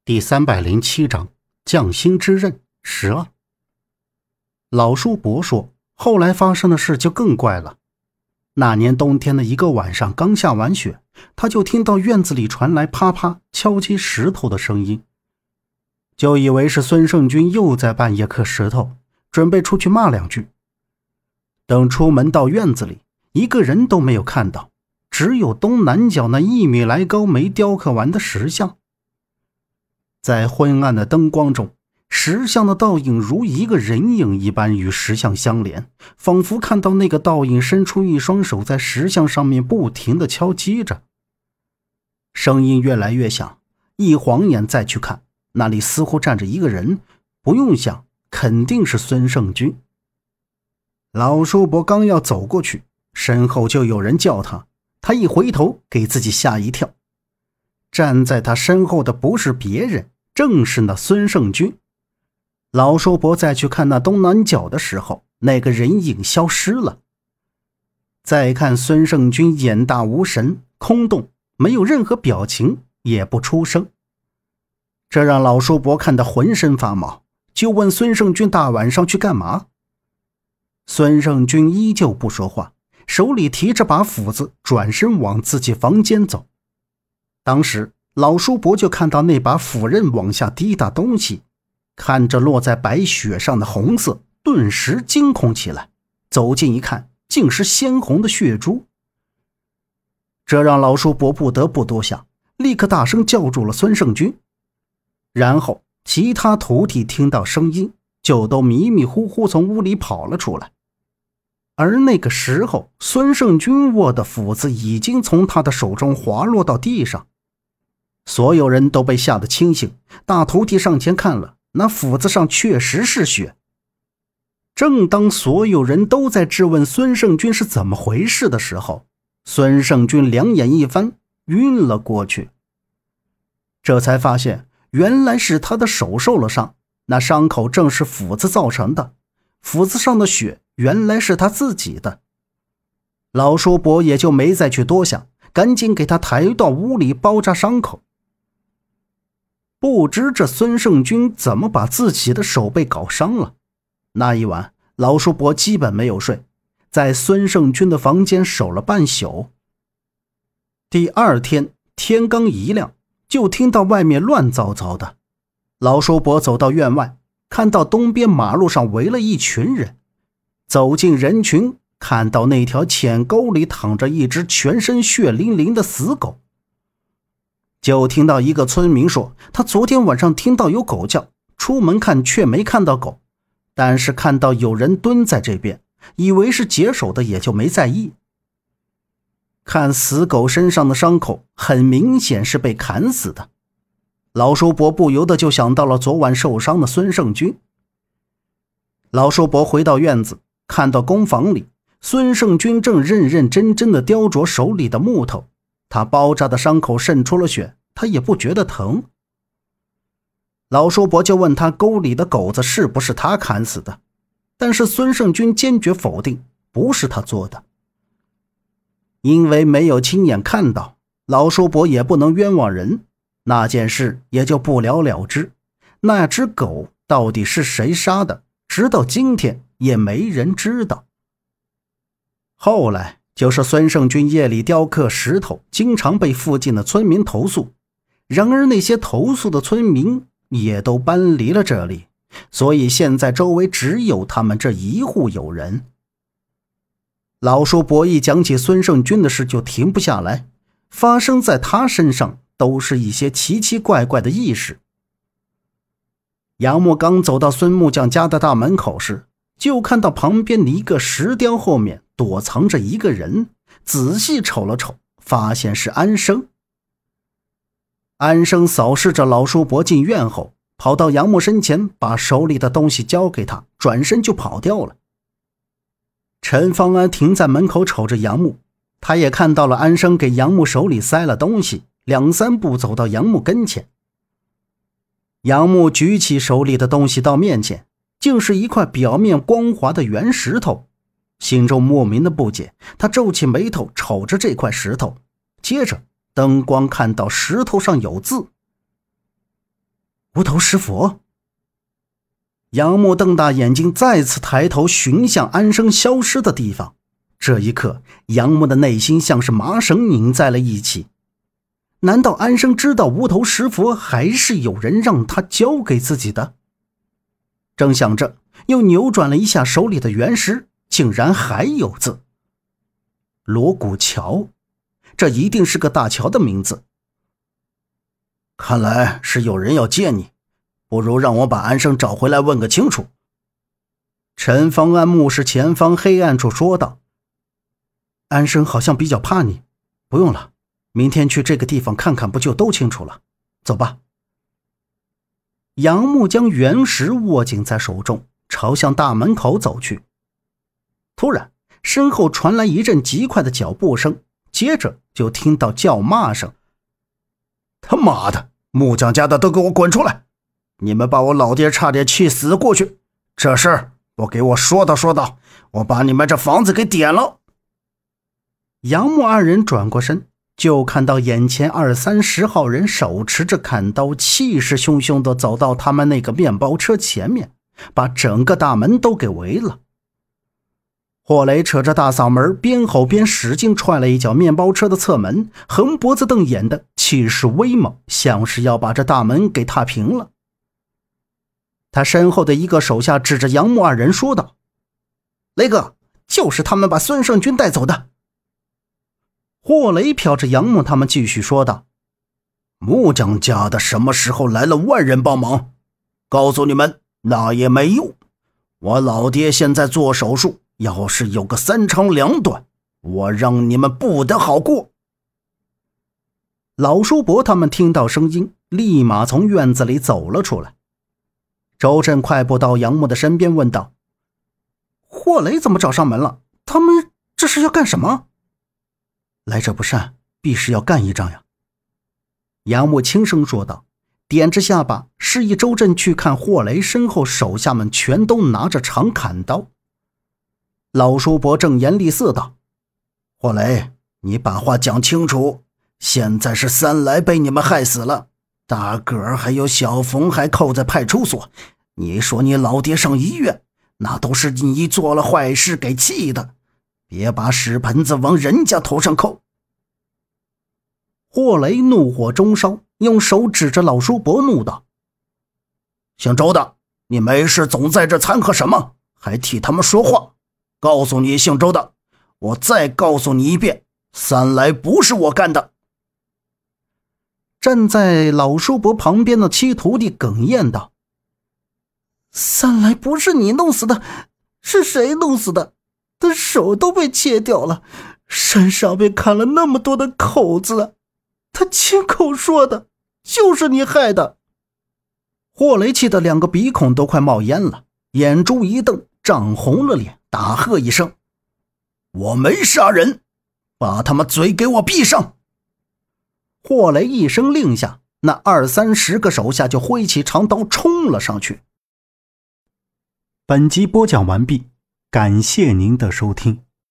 第307章匠心之刃12。老叔伯说，后来发生的事就更怪了。那年冬天的一个晚上，刚下完雪，他就听到院子里传来啪啪敲击石头的声音，就以为是孙胜军又在半夜刻石头，准备出去骂两句。等出门到院子里，一个人都没有看到，只有东南角那1米来高没雕刻完的石像。在昏暗的灯光中，石像的倒影如一个人影一般与石像相连，仿佛看到那个倒影伸出一双手在石像上面不停地敲击着。声音越来越响，一晃眼再去看，那里似乎站着一个人，不用想，肯定是孙胜军。老叔伯刚要走过去，身后就有人叫他，他一回头给自己吓一跳。站在他身后的不是别人，正是那孙胜军。老叔伯再去看那东南角的时候，那个人影消失了。再看孙胜军，眼大无神，空洞，没有任何表情，也不出声。这让老叔伯看得浑身发毛，就问孙胜军大晚上去干嘛。孙胜军依旧不说话，手里提着把斧子，转身往自己房间走。当时老叔伯就看到那把斧刃往下滴答东西，看着落在白雪上的红色，顿时惊恐起来，走近一看，竟是鲜红的血珠。这让老叔伯不得不多想，立刻大声叫住了孙胜军。然后其他徒弟听到声音，就都迷迷糊糊从屋里跑了出来。而那个时候，孙胜军握的斧子已经从他的手中滑落到地上。所有人都被吓得清醒，大徒弟上前看了，那斧子上确实是血。正当所有人都在质问孙胜军是怎么回事的时候，孙胜军两眼一翻，晕了过去。这才发现原来是他的手受了伤，那伤口正是斧子造成的，斧子上的血原来是他自己的。老叔伯也就没再去多想，赶紧给他抬到屋里包扎伤口。不知这孙胜军怎么把自己的手背搞伤了。那一晚老叔伯基本没有睡，在孙胜军的房间守了半宿。第二天天刚一亮，就听到外面乱糟糟的。老叔伯走到院外，看到东边马路上围了一群人，走进人群，看到那条浅沟里躺着一只全身血淋淋的死狗。就听到一个村民说，他昨天晚上听到有狗叫，出门看却没看到狗，但是看到有人蹲在这边，以为是解手的，也就没在意。看死狗身上的伤口，很明显是被砍死的。老叔伯不由得就想到了昨晚受伤的孙胜军。老叔伯回到院子，看到工房里孙胜军正认认真真地雕琢手里的木头，他包扎的伤口渗出了血，他也不觉得疼。老叔伯就问他沟里的狗子是不是他砍死的，但是孙胜军坚决否定，不是他做的。因为没有亲眼看到，老叔伯也不能冤枉人，那件事也就不了了之。那只狗到底是谁杀的，直到今天也没人知道。后来就是孙胜军夜里雕刻石头，经常被附近的村民投诉，然而那些投诉的村民也都搬离了这里，所以现在周围只有他们这一户有人。老叔伯一讲起孙胜军的事就停不下来，发生在他身上都是一些奇奇怪怪的异事。杨木刚走到孙木匠家的大门口时，就看到旁边的一个石雕后面躲藏着一个人，仔细瞅了瞅，发现是安生。安生扫视着老叔伯进院后，跑到杨木身前，把手里的东西交给他，转身就跑掉了。陈方安停在门口瞅着杨木，他也看到了安生给杨木手里塞了东西，两三步走到杨木跟前。杨木举起手里的东西到面前，竟是一块表面光滑的圆石头，心中莫名的不解，他皱起眉头瞅着这块石头，接着灯光看到石头上有字： 无头石佛。杨木瞪大眼睛，再次抬头寻向安生消失的地方。这一刻，杨木的内心像是麻绳拧在了一起。难道安生知道无头石佛还是有人让他交给自己的？正想着，又扭转了一下手里的原石，竟然还有字。锣鼓桥，这一定是个大桥的名字。看来是有人要借你，不如让我把安生找回来问个清楚。陈方安墓室前方黑暗处说道。安生好像比较怕你，不用了，明天去这个地方看看不就都清楚了。走吧。杨木将原石握紧在手中，朝向大门口走去。突然身后传来一阵极快的脚步声，接着就听到叫骂声。他妈的，木匠家的都给我滚出来！你们把我老爹差点气死过去，这事儿不给我说道，我把你们这房子给点了。杨木二人转过身，就看到眼前20-30号人手持着砍刀，气势汹汹地走到他们那个面包车前面，把整个大门都给围了。霍雷扯着大嗓门，边吼边使劲踹了一脚面包车的侧门，横脖子瞪眼的气势威猛，像是要把这大门给踏平了。他身后的一个手下指着杨木二人说道：雷哥，就是他们把孙胜军带走的。霍雷瞟着杨木他们继续说道：木匠家的什么时候来了万人帮忙？告诉你们，那也没用。我老爹现在做手术，要是有个3长2短，我让你们不得好过。老叔伯他们听到声音，立马从院子里走了出来。周震快步到杨木的身边问道：霍雷怎么找上门了？他们这是要干什么？来者不善，必是要干一仗呀。杨木轻声说道，点着下巴示意周震去看霍雷身后手下们全都拿着长砍刀。老叔伯正言厉色道：霍雷，你把话讲清楚，现在是三来被你们害死了，大个儿还有小冯还扣在派出所，你说你老爹上医院，那都是你做了坏事给气的，别把屎盆子往人家头上扣。霍雷怒火中烧，用手指着老叔伯怒道：姓周的，你没事总在这掺和什么，还替他们说话？告诉你姓周的，我再告诉你一遍，三来不是我干的。站在老叔伯旁边的七徒弟哽咽道：三来不是你弄死的，是谁弄死的？他手都被切掉了，身上被砍了那么多的口子，他亲口说的，就是你害的。霍雷气得2个鼻孔都快冒烟了，眼珠一瞪，涨红了脸，大喝一声：我没杀人，把他们嘴给我闭上！霍雷一声令下，那20-30个手下就挥起长刀冲了上去。本集播讲完毕，感谢您的收听。